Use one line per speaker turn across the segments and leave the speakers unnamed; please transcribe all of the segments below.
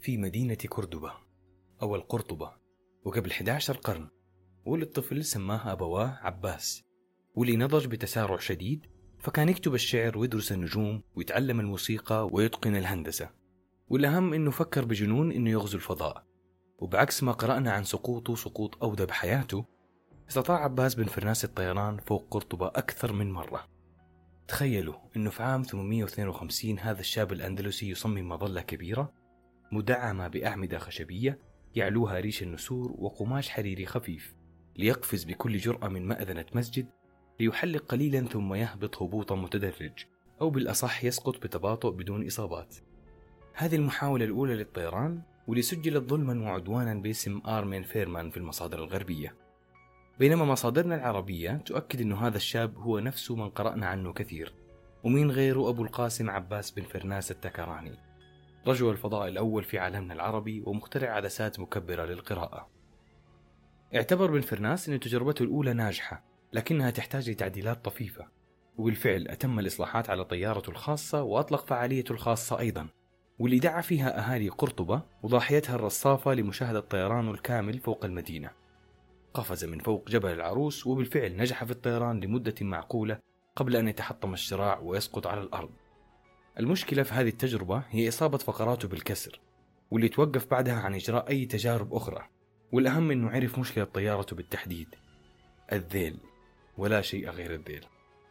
في مدينة كوردوبا أو القرطبة، وقبل 11 قرن ولد طفل سماه أبواه عباس، واللي نضج بتسارع شديد، فكان يكتب الشعر ويدرس النجوم ويتعلم الموسيقى ويتقن الهندسة، والأهم إنه فكر بجنون إنه يغزو الفضاء. وبعكس ما قرأنا عن سقوطه سقوط أودى بحياته، استطاع عباس بن فرناس الطيران فوق قرطبة أكثر من مرة. تخيلوا إنه في عام 852 هذا الشاب الأندلسي يصمم مظلة كبيرة مدعمة بأعمدة خشبية يعلوها ريش النسور وقماش حريري خفيف، ليقفز بكل جرأة من مأذنة مسجد ليحلق قليلا ثم يهبط هبوطا متدرج، أو بالأصح يسقط بتباطؤ بدون إصابات. هذه المحاولة الأولى للطيران، واللي سجلت ظلما وعدوانا باسم آرمين فيرمان في المصادر الغربية، بينما مصادرنا العربية تؤكد أن هذا الشاب هو نفسه من قرأنا عنه كثير، ومين غيره أبو القاسم عباس بن فرناس التكراني، رجل الفضاء الأول في عالمنا العربي ومخترع عدسات مكبرة للقراءة. اعتبر بن فرناس أن تجربته الأولى ناجحة، لكنها تحتاج لتعديلات طفيفة، وبالفعل أتم الإصلاحات على طيارته الخاصة وأطلق فعاليته الخاصة أيضا، واللي دعا فيها أهالي قرطبة وضاحيتها الرصافة لمشاهدة طيرانه الكامل فوق المدينة. قفز من فوق جبل العروس، وبالفعل نجح في الطيران لمدة معقولة قبل أن يتحطم الشراع ويسقط على الأرض. المشكلة في هذه التجربة هي إصابة فقراته بالكسر، واللي توقف بعدها عن إجراء أي تجارب أخرى، والأهم أنه عرف مشكلة طيارته بالتحديد: الذيل، ولا شيء غير الذيل.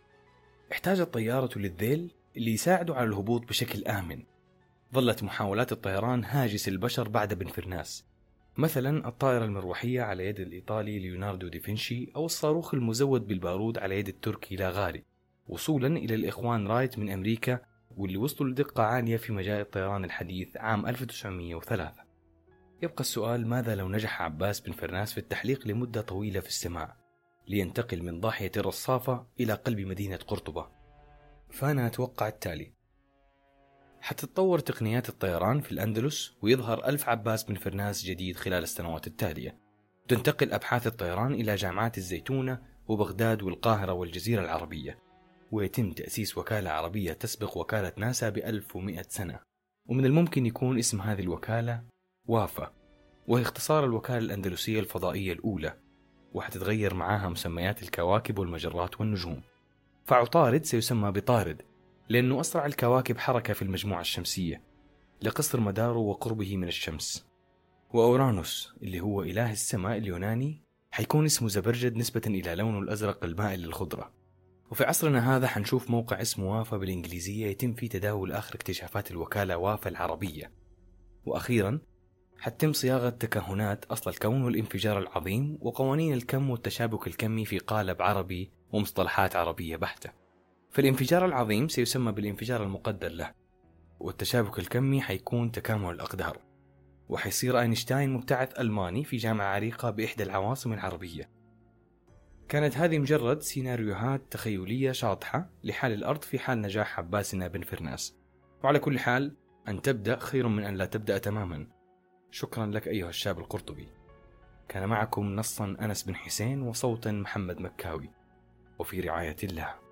احتاجت طيارته للذيل اللي يساعده على الهبوط بشكل آمن. ظلت محاولات الطيران هاجس البشر بعد بن فرناس، مثلا الطائرة المروحية على يد الإيطالي ليوناردو دافنشي، أو الصاروخ المزود بالبارود على يد التركي لاغاري، وصولا إلى الإخوان رايت من أمريكا، واللي وصلوا لدقة عالية في مجال الطيران الحديث عام 1903. يبقى السؤال: ماذا لو نجح عباس بن فرناس في التحليق لمدة طويلة في السماء لينتقل من ضاحية الرصافة إلى قلب مدينة قرطبة؟ فأنا أتوقع التالي: حتتطور تقنيات الطيران في الأندلس، ويظهر ألف عباس بن فرناس جديد خلال السنوات التالية، تنتقل أبحاث الطيران إلى جامعات الزيتونة وبغداد والقاهرة والجزيرة العربية، ويتم تأسيس وكالة عربية تسبق وكالة ناسا ب1100 سنة، ومن الممكن يكون اسم هذه الوكالة وافا، وهي اختصار الوكالة الأندلسية الفضائية الأولى، وحتتغير معاها مسميات الكواكب والمجرات والنجوم. فعطارد سيسمى بطارد لأنه أسرع الكواكب حركة في المجموعة الشمسية لقصر مداره وقربه من الشمس. وأورانوس اللي هو إله السماء اليوناني حيكون اسمه زبرجد نسبة إلى لونه الأزرق المائل للخضرة. وفي عصرنا هذا حنشوف موقع اسمه وافا بالإنجليزية يتم فيه تداول آخر اكتشافات الوكالة وافا العربية. وأخيرا حتم صياغة تكهنات أصل الكون والانفجار العظيم وقوانين الكم والتشابك الكمي في قالب عربي ومصطلحات عربية بحتة. فالانفجار العظيم سيسمى بالانفجار المقدر له، والتشابك الكمي حيكون تكامل الأقدار، وحيصير أينشتاين مبتعث ألماني في جامعة عريقة بإحدى العواصم العربية. كانت هذه مجرد سيناريوهات تخيلية شاطحة لحال الأرض في حال نجاح عباسنا بن فرناس، وعلى كل حال أن تبدأ خير من أن لا تبدأ تماما. شكرا لك أيها الشاب القرطبي. كان معكم نصا أنس بن حسين، وصوتا محمد مكاوي، وفي رعاية الله.